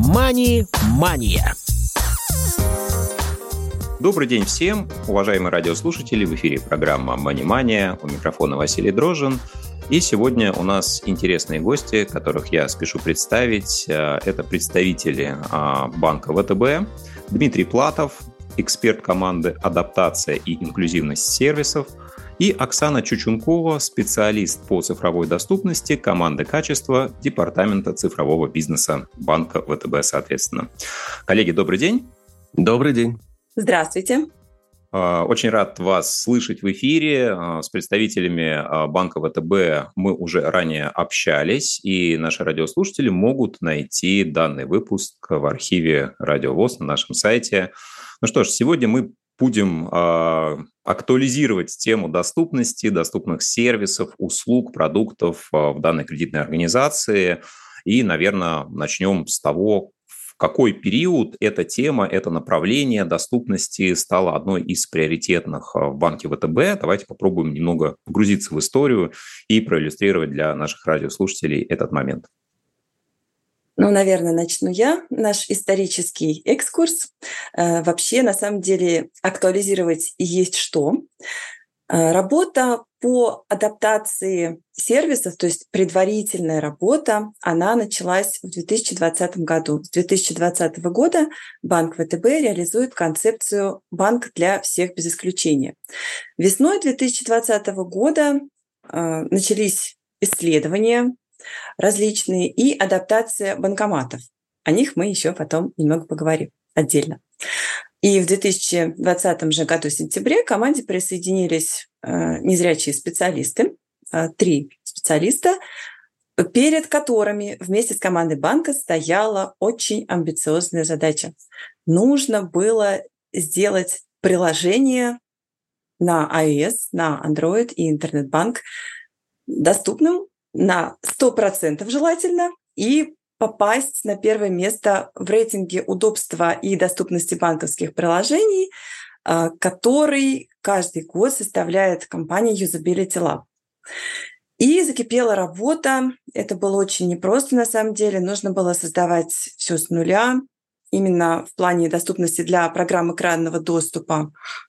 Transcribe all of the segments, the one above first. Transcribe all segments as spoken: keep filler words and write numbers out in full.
Мани-мания. Добрый день всем, уважаемые радиослушатели. В эфире программа «Мани-мания». У микрофона Василий Дрожжин. И сегодня у нас интересные гости, которых я спешу представить. Это представители банка ВТБ. Дмитрий Платов, эксперт команды «Адаптация и инклюзивность сервисов», и Оксана Чучункова, специалист по цифровой доступности команды качества Департамента цифрового бизнеса банка ВТБ, соответственно. Коллеги, добрый день. Добрый день. Здравствуйте. Очень рад вас слышать в эфире. С представителями банка ВТБ мы уже ранее общались, и наши радиослушатели могут найти данный выпуск в архиве Радио ВОС на нашем сайте. Ну что ж, сегодня мы будем э, актуализировать тему доступности, доступных сервисов, услуг, продуктов э, в данной кредитной организации. И, наверное, начнем с того, в какой период эта тема, это направление доступности стало одной из приоритетных в банке ВТБ. Давайте попробуем немного погрузиться в историю и проиллюстрировать для наших радиослушателей этот момент. Ну, наверное, начну я. Наш исторический экскурс. Э, вообще, на самом деле, актуализировать есть что. Э, работа по адаптации сервисов, то есть предварительная работа, она началась в две тысячи двадцатом году. С две тысячи двадцатого года банк ВТБ реализует концепцию «Банк для всех без исключения». Весной две тысячи двадцатого года э, начались исследования различные и адаптация банкоматов. О них мы еще потом немного поговорим отдельно. И в две тысячи двадцатом же году в сентябре к команде присоединились э, незрячие специалисты, э, три специалиста, перед которыми вместе с командой банка стояла очень амбициозная задача. Нужно было сделать приложение на iOS, на Android и интернет-банк доступным на сто процентов желательно и попасть на первое место в рейтинге удобства и доступности банковских приложений, который каждый год составляет компания Usability Lab. И закипела работа. Это было очень непросто на самом деле. Нужно было создавать все с нуля, именно в плане доступности для программ экранного доступа.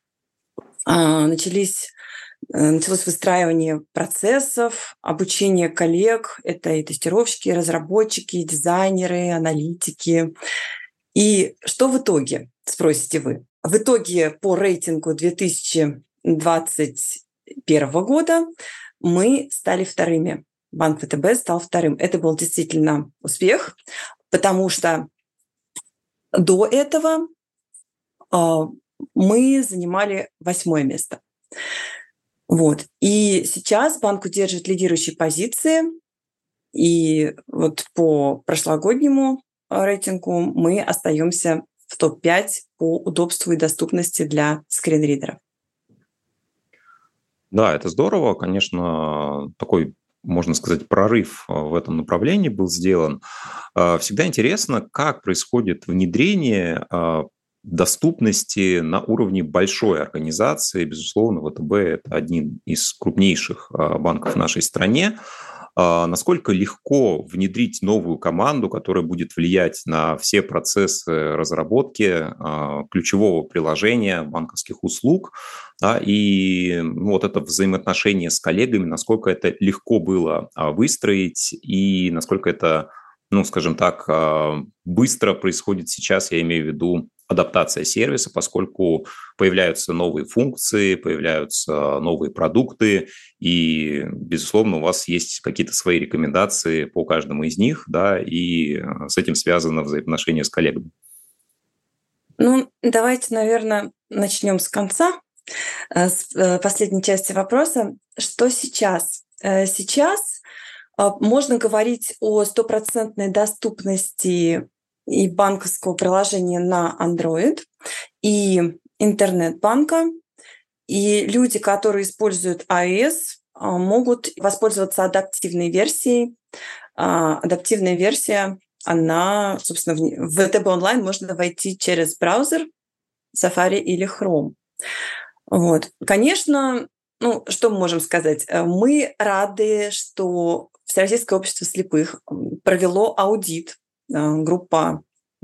Начались Началось выстраивание процессов, обучение коллег. Это и тестировщики, и разработчики, и дизайнеры, аналитики. И что в итоге, спросите вы? В итоге по рейтингу две тысячи двадцать первого года мы стали вторыми. Банк ВТБ стал вторым. Это был действительно успех, потому что до этого мы занимали восьмое место. Вот. И сейчас банк удерживает лидирующие позиции. И вот по прошлогоднему рейтингу мы остаемся в топ пять по удобству и доступности для скринридеров. Да, это здорово. Конечно, такой, можно сказать, прорыв в этом направлении был сделан. Всегда интересно, как происходит внедрение доступности на уровне большой организации. Безусловно, ВТБ – это один из крупнейших банков в нашей стране. Насколько легко внедрить новую команду, которая будет влиять на все процессы разработки ключевого приложения банковских услуг, да, и вот это взаимоотношение с коллегами, насколько это легко было выстроить и насколько это, ну, скажем так, быстро происходит сейчас, я имею в виду адаптация сервиса, поскольку появляются новые функции, появляются новые продукты, и, безусловно, у вас есть какие-то свои рекомендации по каждому из них, да, и с этим связано взаимоотношение с коллегами. Ну, давайте, наверное, начнем с конца, с последней части вопроса. Что сейчас? Сейчас можно говорить о стопроцентной доступности и банковского приложения на Android, и интернет-банка. И люди, которые используют iOS, могут воспользоваться адаптивной версией. Адаптивная версия, она, собственно, в ВТБ онлайн можно войти через браузер Safari или Chrome. Вот. Конечно, ну, что мы можем сказать? Мы рады, что Всероссийское общество слепых провело аудит. Группа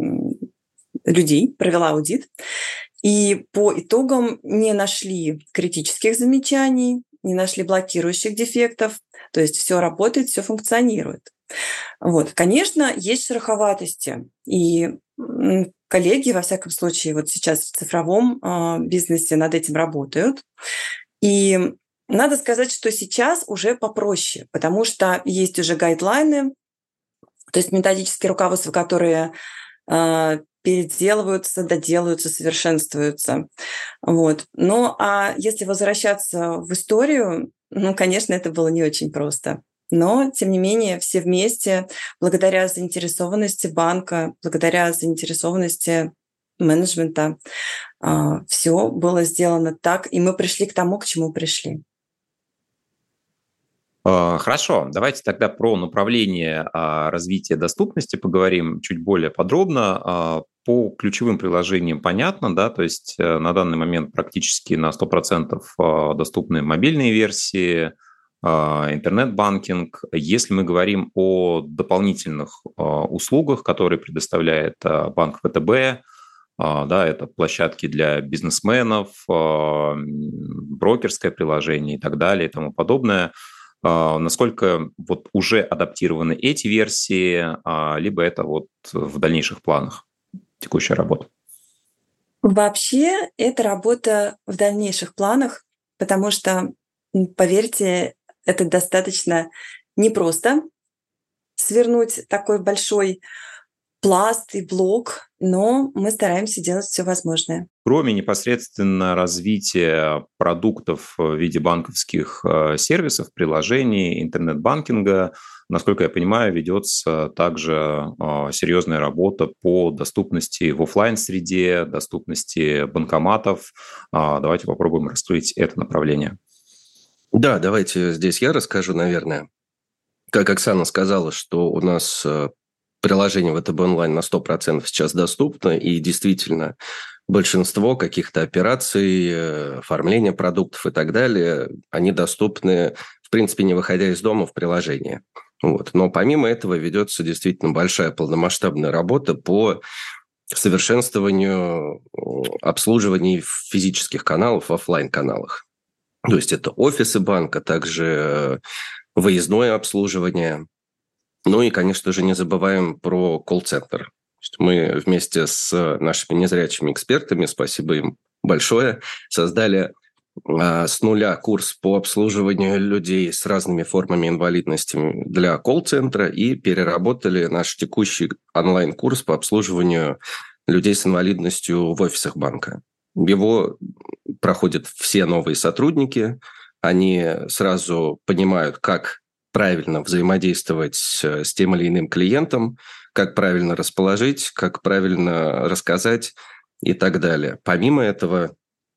людей, провела аудит. И по итогам не нашли критических замечаний, не нашли блокирующих дефектов. То есть все работает, все функционирует. Вот. Конечно, есть шероховатости. И коллеги, во всяком случае, вот сейчас в цифровом бизнесе над этим работают. И надо сказать, что сейчас уже попроще, потому что есть уже гайдлайны, то есть методические руководства, которые переделываются, доделываются, совершенствуются. Вот. Ну, а если возвращаться в историю, ну, конечно, это было не очень просто. Но, тем не менее, все вместе, благодаря заинтересованности банка, благодаря заинтересованности менеджмента, все было сделано так, и мы пришли к тому, к чему пришли. Хорошо, давайте тогда про направление развития доступности поговорим чуть более подробно. По ключевым приложениям понятно, да, то есть на данный момент практически на сто процентов доступны мобильные версии, интернет-банкинг. Если мы говорим о дополнительных услугах, которые предоставляет банк ВТБ, да, это площадки для бизнесменов, брокерское приложение и так далее и тому подобное. Насколько вот уже адаптированы эти версии, либо это вот в дальнейших планах текущая работа? Вообще, это работа в дальнейших планах, потому что, поверьте, это достаточно непросто свернуть такой большой пласт и блок, но мы стараемся делать все возможное. Кроме непосредственно развития продуктов в виде банковских сервисов, приложений, интернет-банкинга, насколько я понимаю, ведется также серьезная работа по доступности в офлайн-среде, доступности банкоматов. Давайте попробуем раскрыть это направление. Да, давайте здесь я расскажу, наверное. Как Оксана сказала, что у нас приложение ВТБ онлайн на сто процентов сейчас доступно, и действительно большинство каких-то операций, оформления продуктов и так далее, они доступны, в принципе, не выходя из дома в приложение. Вот. Но помимо этого ведется действительно большая полномасштабная работа по совершенствованию обслуживания физических каналов в офлайн-каналах. То есть это офисы банка, также выездное обслуживание. Ну и, конечно же, не забываем про колл-центр. Мы вместе с нашими незрячими экспертами, спасибо им большое, создали с нуля курс по обслуживанию людей с разными формами инвалидности для колл-центра и переработали наш текущий онлайн-курс по обслуживанию людей с инвалидностью в офисах банка. Его проходят все новые сотрудники, они сразу понимают, как правильно взаимодействовать с тем или иным клиентом, как правильно расположить, как правильно рассказать и так далее. Помимо этого,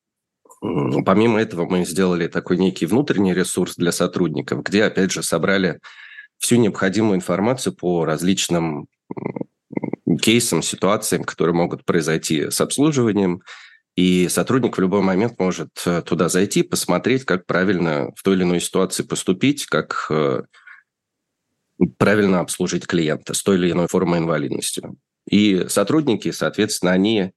помимо этого мы сделали такой некий внутренний ресурс для сотрудников, где, опять же, собрали всю необходимую информацию по различным кейсам, ситуациям, которые могут произойти с обслуживанием. И сотрудник в любой момент может туда зайти, посмотреть, как правильно в той или иной ситуации поступить, как правильно обслужить клиента с той или иной формой инвалидности. И сотрудники, соответственно, они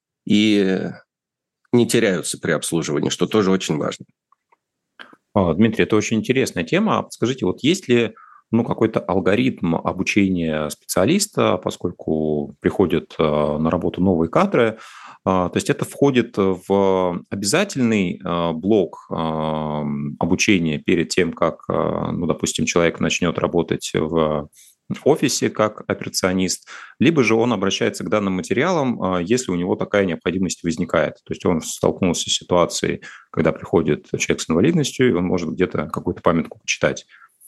и не теряются при обслуживании, что тоже очень важно. Дмитрий, это очень интересная тема. Скажите, вот есть ли ну, какой-то алгоритм обучения специалиста, поскольку приходят на работу новые кадры? То есть это входит в обязательный блок обучения перед тем, как, ну, допустим, человек начнет работать в офисе как операционист, либо же он обращается к данным материалам, если у него такая необходимость возникает. То есть он столкнулся с ситуацией, когда приходит человек с инвалидностью, и он может где-то какую-то памятку почитать.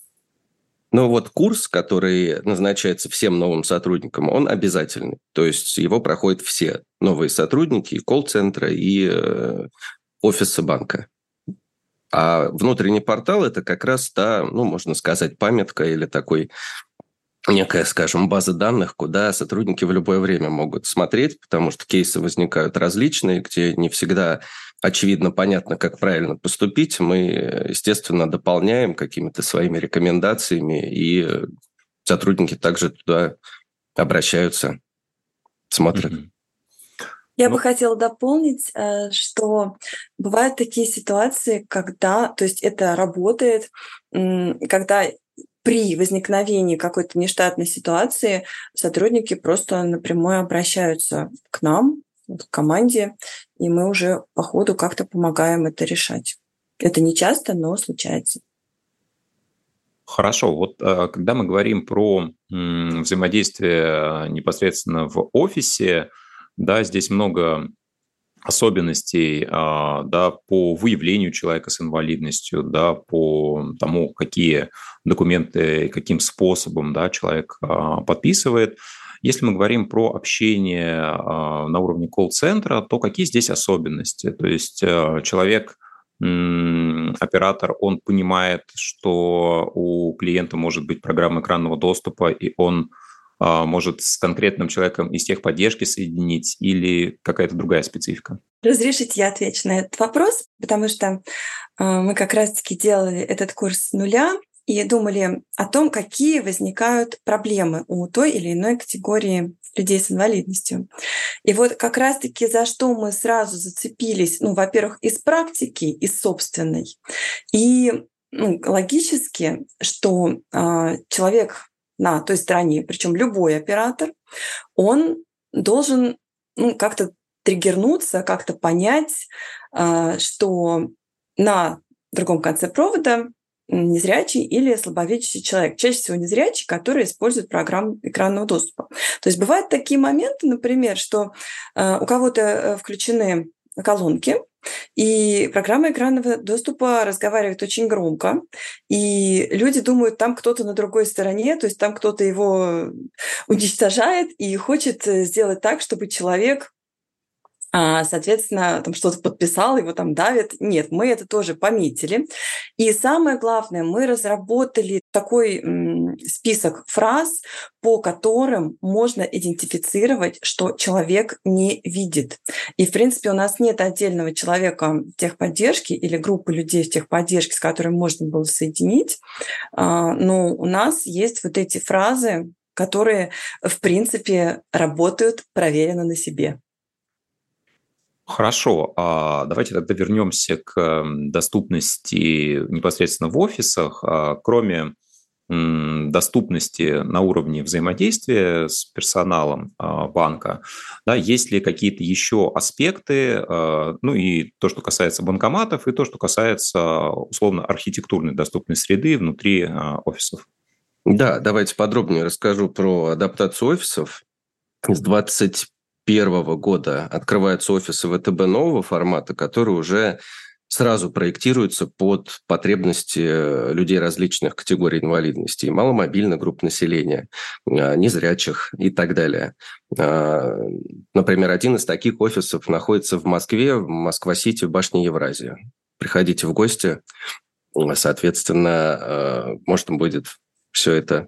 Но вот курс, который назначается всем новым сотрудникам, он обязательный. То есть его проходят все новые сотрудники и колл-центра, и э, офиса банка. А внутренний портал – это как раз та, ну, можно сказать, памятка или такой некая, скажем, база данных, куда сотрудники в любое время могут смотреть, потому что кейсы возникают различные, где не всегда очевидно, понятно, как правильно поступить. Мы, естественно, дополняем какими-то своими рекомендациями, и сотрудники также туда обращаются, смотрят. Mm-hmm. Я Ну, бы хотела дополнить, э, что бывают такие ситуации, когда, то есть это работает, м, когда при возникновении какой-то нештатной ситуации сотрудники просто напрямую обращаются к нам, вот к команде, и мы уже по ходу как-то помогаем это решать. Это не часто, но случается. хорошо. Вот э, когда мы говорим про м, взаимодействие э, непосредственно в офисе, да, здесь много особенностей, а, да, по выявлению человека с инвалидностью, да, по тому, какие документы, каким способом, да, человек а, подписывает. Если мы говорим про общение а, на уровне колл-центра, то какие здесь особенности? То есть э, человек, м, оператор, он понимает, что у клиента может быть программа экранного доступа, и он а, может с конкретным человеком из техподдержки соединить, или какая-то другая специфика? Разрешите, я отвечу на этот вопрос, потому что а, мы как раз-таки делали этот курс с нуля и думали о том, какие возникают проблемы у той или иной категории людей с инвалидностью. И вот как раз-таки за что мы сразу зацепились, ну, во-первых, из практики, из собственной, и ну, логически, что а, человек на той стороне, причем любой оператор, он должен ну, как-то триггернуться, как-то понять, а, что на другом конце провода незрячий или слабовидящий человек. Чаще всего незрячий, который использует программу экранного доступа. То есть бывают такие моменты, например, что а, у кого-то э, включены колонки, и программа экранного доступа разговаривает очень громко, и люди думают, там кто-то на другой стороне, то есть там кто-то его уничтожает и хочет э, сделать так, чтобы человек а, соответственно, там что-то подписал, его там давят. Нет, мы это тоже пометили. И самое главное, мы разработали такой м, список фраз, по которым можно идентифицировать, что человек не видит. И, в принципе, у нас нет отдельного человека в техподдержке или группы людей в техподдержке, с которыми можно было соединить, а, но у нас есть вот эти фразы, которые, в принципе, работают проверено на себе. Хорошо, а давайте тогда вернемся к м, доступности непосредственно в офисах. А, Кроме м, доступности на уровне взаимодействия с персоналом а, банка, да, есть ли какие-то еще аспекты, а, ну и то, что касается банкоматов, и то, что касается условно архитектурной доступной среды внутри а, офисов? Да, давайте подробнее расскажу про адаптацию офисов. С двадцать первого года открываются офисы ВТБ нового формата, которые уже сразу проектируются под потребности людей различных категорий инвалидности, маломобильных групп населения, а, незрячих и так далее. А, Например, один из таких офисов находится в Москве, в Москва-Сити, в башне Евразия. Приходите в гости, соответственно, а, можно будет все это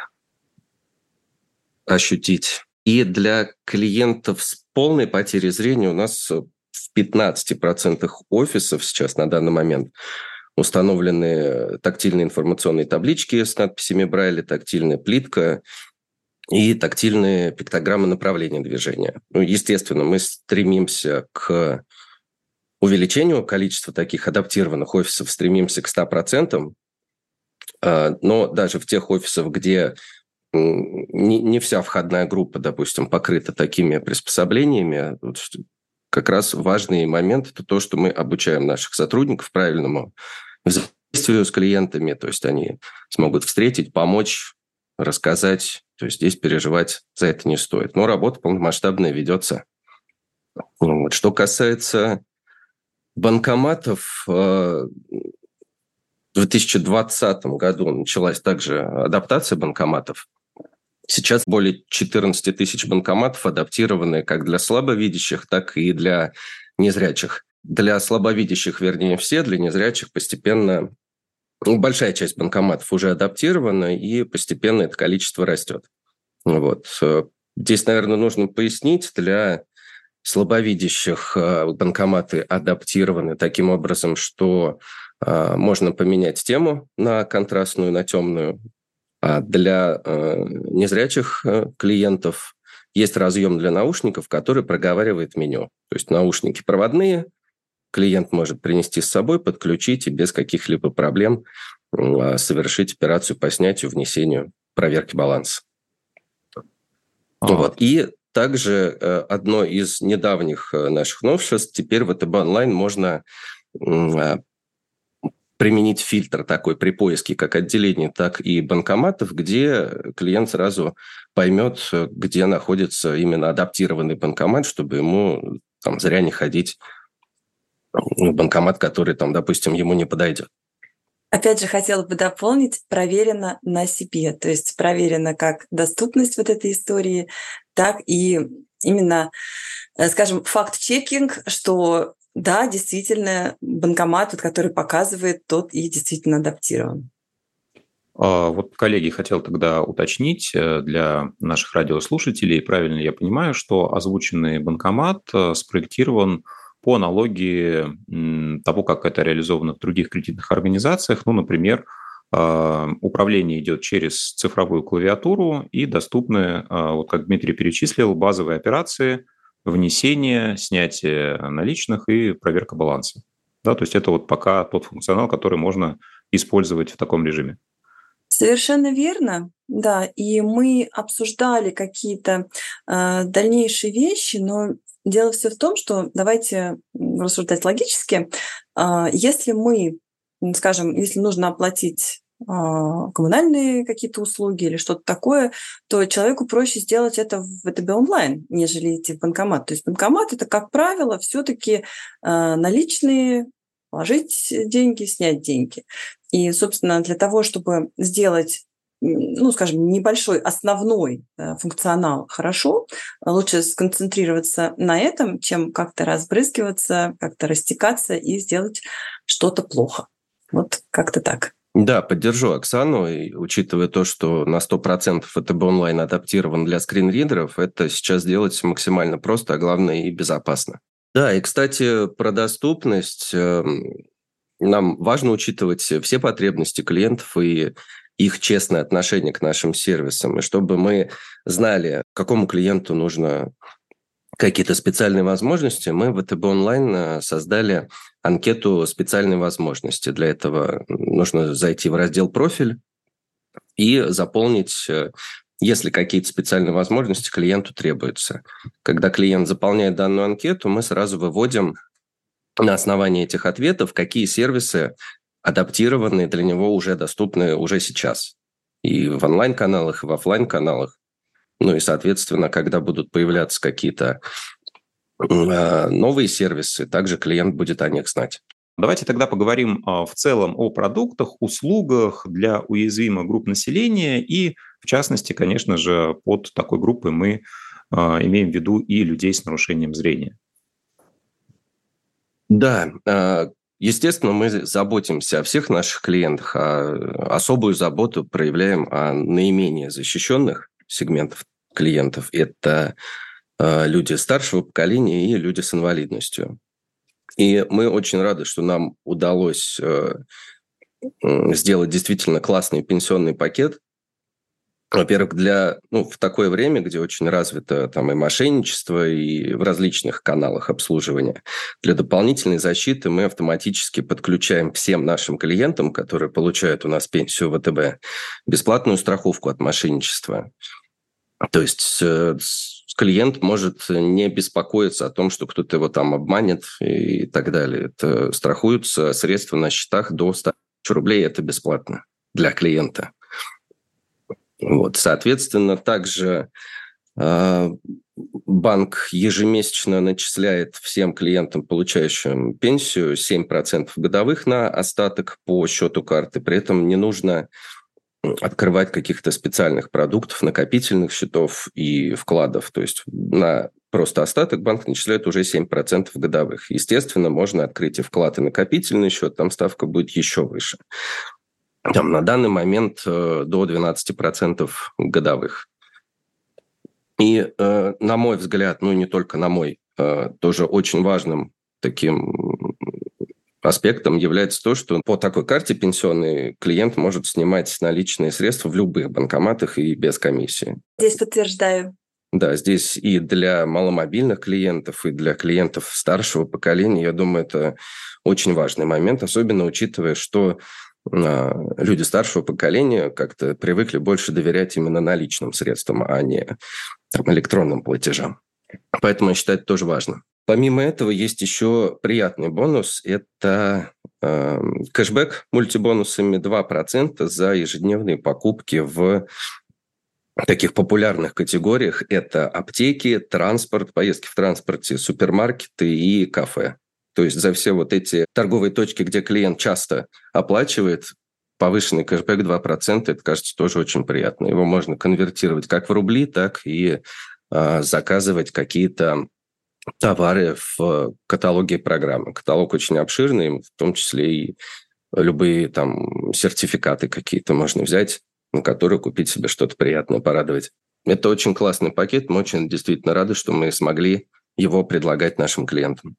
ощутить. И для клиентов с полной потерей зрения у нас в пятнадцати процентах офисов сейчас на данный момент установлены тактильные информационные таблички с надписями Брайля, тактильная плитка и тактильные пиктограммы направления движения. Ну, естественно, мы стремимся к увеличению количества таких адаптированных офисов, стремимся к ста процентам, но даже в тех офисах, где не, не вся входная группа, допустим, покрыта такими приспособлениями, вот как раз важный момент – это то, что мы обучаем наших сотрудников правильному взаимодействию с клиентами, то есть они смогут встретить, помочь, рассказать, то есть здесь переживать за это не стоит. Но работа полномасштабная ведется. Вот. Что касается банкоматов, в две тысячи двадцатом году началась также адаптация банкоматов. Сейчас более четырнадцать тысяч банкоматов адаптированы как для слабовидящих, так и для незрячих. Для слабовидящих, вернее, все, для незрячих постепенно... Ну, большая часть банкоматов уже адаптирована, и постепенно это количество растет. Вот. Здесь, наверное, нужно пояснить, для слабовидящих банкоматы адаптированы таким образом, что можно поменять тему на контрастную, на темную. А для э, незрячих э, клиентов есть разъем для наушников, который проговаривает меню. То есть наушники проводные, клиент может принести с собой, подключить и без каких-либо проблем совершить операцию по снятию, внесению, проверке баланса. А. Вот. И также одно из недавних наших новшеств, теперь в ВТБ онлайн можно применить фильтр такой при поиске как отделений, так и банкоматов, где клиент сразу поймет, где находится именно адаптированный банкомат, чтобы ему там зря не ходить в банкомат, который, там, допустим, ему не подойдет. Опять же, хотела бы дополнить, проверено на себе. То есть проверено как доступность вот этой истории, так и именно, скажем, факт-чекинг, что да, действительно, банкомат, вот, который показывает, тот и действительно адаптирован. Вот, коллеги, хотел тогда уточнить для наших радиослушателей, правильно я понимаю, что озвученный банкомат спроектирован по аналогии того, как это реализовано в других кредитных организациях. Ну, например, управление идет через цифровую клавиатуру и доступны, вот как Дмитрий перечислил, базовые операции, внесение, снятие наличных и проверка баланса. Да, то есть это вот пока тот функционал, который можно использовать в таком режиме. Совершенно верно, да. И мы обсуждали какие-то э, дальнейшие вещи, но дело все в том, что давайте рассуждать логически. Э, если мы, скажем, если нужно оплатить коммунальные какие-то услуги или что-то такое, то человеку проще сделать это в ВТБ онлайн, нежели идти в банкомат. То есть банкомат – это, как правило, все-таки наличные, положить деньги, снять деньги. И, собственно, для того, чтобы сделать, ну, скажем, небольшой основной функционал хорошо, лучше сконцентрироваться на этом, чем как-то разбрызгиваться, как-то растекаться и сделать что-то плохо. Вот как-то так. Да, поддержу Оксану, и учитывая то, что на сто процентов ВТБ онлайн адаптирован для скринридеров, это сейчас делать максимально просто, а главное и безопасно. Да, и, кстати, про доступность. Нам важно учитывать все потребности клиентов и их честное отношение к нашим сервисам, и чтобы мы знали, какому клиенту нужно какие-то специальные возможности, мы в ВТБ онлайн создали анкету специальной возможности. Для этого нужно зайти в раздел «Профиль» и заполнить, если какие-то специальные возможности клиенту требуются. Когда клиент заполняет данную анкету, мы сразу выводим на основании этих ответов, какие сервисы адаптированные для него уже доступны уже сейчас. И в онлайн-каналах, и в офлайн-каналах. Ну и, соответственно, когда будут появляться какие-то новые сервисы, также клиент будет о них знать. Давайте тогда поговорим в целом о продуктах, услугах для уязвимых групп населения. И, в частности, конечно же, под такой группой мы имеем в виду и людей с нарушением зрения. Да, естественно, мы заботимся о всех наших клиентах, а особую заботу проявляем о наименее защищенных сегментов клиентов. Это э, люди старшего поколения и люди с инвалидностью. И мы очень рады, что нам удалось э, сделать действительно классный пенсионный пакет. Во-первых, для, ну, в такое время, где очень развито там и мошенничество, и в различных каналах обслуживания, для дополнительной защиты мы автоматически подключаем всем нашим клиентам, которые получают у нас пенсию в ВТБ, бесплатную страховку от мошенничества. То есть клиент может не беспокоиться о том, что кто-то его там обманет и так далее. Это страхуются средства на счетах до ста тысяч рублей, это бесплатно для клиента. Вот, соответственно, также э, банк ежемесячно начисляет всем клиентам, получающим пенсию, семь процентов годовых на остаток по счету карты. При этом не нужно открывать каких-то специальных продуктов, накопительных счетов и вкладов. То есть на просто остаток банк начисляет уже семь процентов годовых. Естественно, можно открыть и вклад, и накопительный счет, там ставка будет еще выше. Там на данный момент э, до двенадцать процентов годовых. И, э, на мой взгляд, ну и не только на мой, э, тоже очень важным таким аспектом является то, что по такой карте пенсионной клиент может снимать наличные средства в любых банкоматах и без комиссии. Здесь подтверждаю. Да, здесь и для маломобильных клиентов, и для клиентов старшего поколения, я думаю, это очень важный момент, особенно учитывая, что а, люди старшего поколения как-то привыкли больше доверять именно наличным средствам, а не там, электронным платежам. Поэтому я считаю, это тоже важно. Помимо этого, есть еще приятный бонус. Это э, кэшбэк мультибонусами два процента за ежедневные покупки в таких популярных категориях. Это аптеки, транспорт, поездки в транспорте, супермаркеты и кафе. То есть за все вот эти торговые точки, где клиент часто оплачивает, повышенный кэшбэк два процента, это, кажется, тоже очень приятно. Его можно конвертировать как в рубли, так и э, заказывать какие-то товары в каталоге программы. Каталог очень обширный, в том числе и любые там сертификаты какие-то можно взять, на которые купить себе что-то приятное, порадовать. Это очень классный пакет. Мы очень действительно рады, что мы смогли его предлагать нашим клиентам.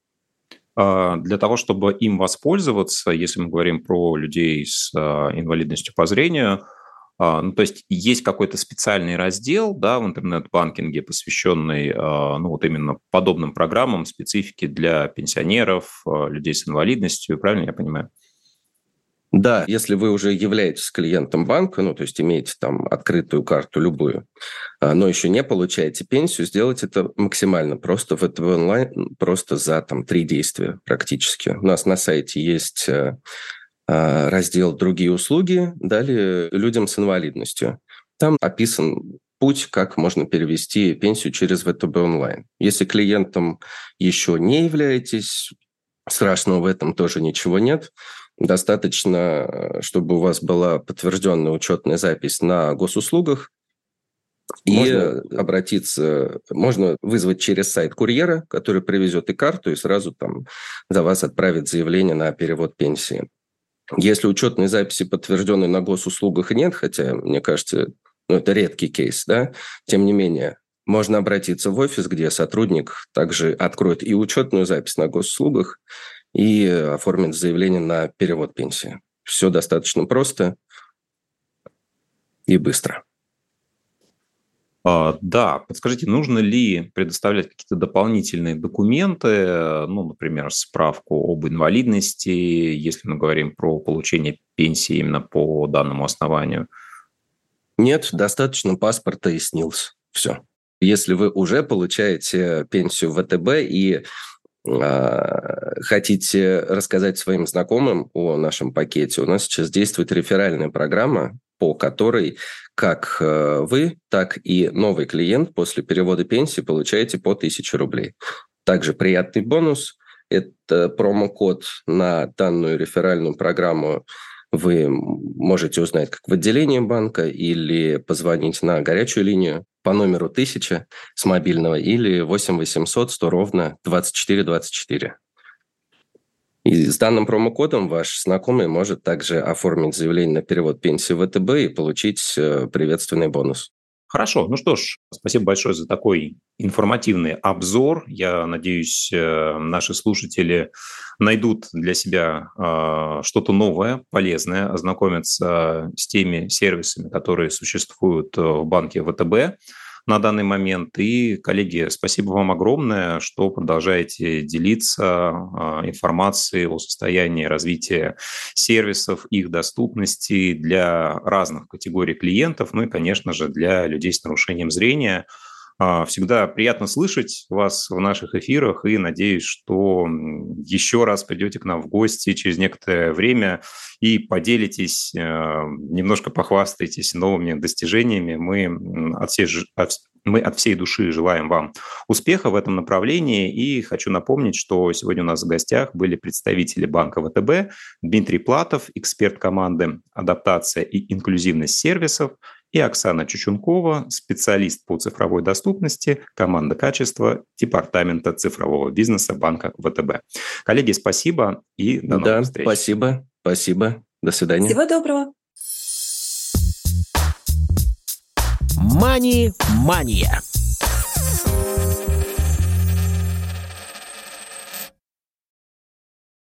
Для того, чтобы им воспользоваться, если мы говорим про людей с инвалидностью по зрению, ну, то есть есть какой-то специальный раздел, да, в интернет-банкинге, посвященный ну, вот именно подобным программам, специфике для пенсионеров, людей с инвалидностью, правильно я понимаю? Да, если вы уже являетесь клиентом банка, ну, то есть имеете там открытую карту любую, но еще не получаете пенсию, сделать это максимально просто в ВТБ онлайн, просто за там три действия практически. У нас на сайте есть раздел «Другие услуги», далее «Людям с инвалидностью». Там описан путь, как можно перевести пенсию через ВТБ онлайн. Если клиентом еще не являетесь, страшного в этом тоже ничего нет. Достаточно, чтобы у вас была подтвержденная учетная запись на госуслугах, и можно обратиться, можно вызвать через сайт курьера, который привезет и карту, и сразу там за вас отправит заявление на перевод пенсии. Если учетной записи, подтвержденной на госуслугах, нет, хотя, мне кажется, ну, это редкий кейс, да, тем не менее, можно обратиться в офис, где сотрудник также откроет и учетную запись на госуслугах, и оформит заявление на перевод пенсии. Все достаточно просто и быстро. А, да, подскажите, нужно ли предоставлять какие-то дополнительные документы, ну, например, справку об инвалидности, если мы говорим про получение пенсии именно по данному основанию? Нет, достаточно паспорта и СНИЛС. Все. Если вы уже получаете пенсию в ВТБ и э, хотите рассказать своим знакомым о нашем пакете, у нас сейчас действует реферальная программа, по которой как вы, так и новый клиент после перевода пенсии получаете по тысяче рублей. Также приятный бонус – это промокод на данную реферальную программу. Вы можете узнать как в отделении банка или позвонить на горячую линию по номеру тысяча с мобильного или восемь восемьсот сто ровно двадцать четыре двадцать четыре. И с данным промокодом ваш знакомый может также оформить заявление на перевод пенсии в ВТБ и получить приветственный бонус. Хорошо. Ну что ж, спасибо большое за такой информативный обзор. Я надеюсь, наши слушатели найдут для себя что-то новое, полезное, ознакомятся с теми сервисами, которые существуют в банке ВТБ на данный момент. И, коллеги, спасибо вам огромное, что продолжаете делиться информацией о состоянии развития сервисов, их доступности для разных категорий клиентов, ну и, конечно же, для людей с нарушением зрения. Всегда приятно слышать вас в наших эфирах, и надеюсь, что еще раз придете к нам в гости через некоторое время и поделитесь, немножко похвастаетесь новыми достижениями. Мы от всей, мы от всей души желаем вам успеха в этом направлении. И хочу напомнить, что сегодня у нас в гостях были представители банка ВТБ Дмитрий Платов, эксперт команды «Адаптация и инклюзивность сервисов», и Оксана Чучункова, специалист по цифровой доступности, команда качества Департамента цифрового бизнеса банка ВТБ. Коллеги, спасибо и до новых да, встреч. Спасибо, спасибо. До свидания. Всего доброго. Мани-мания.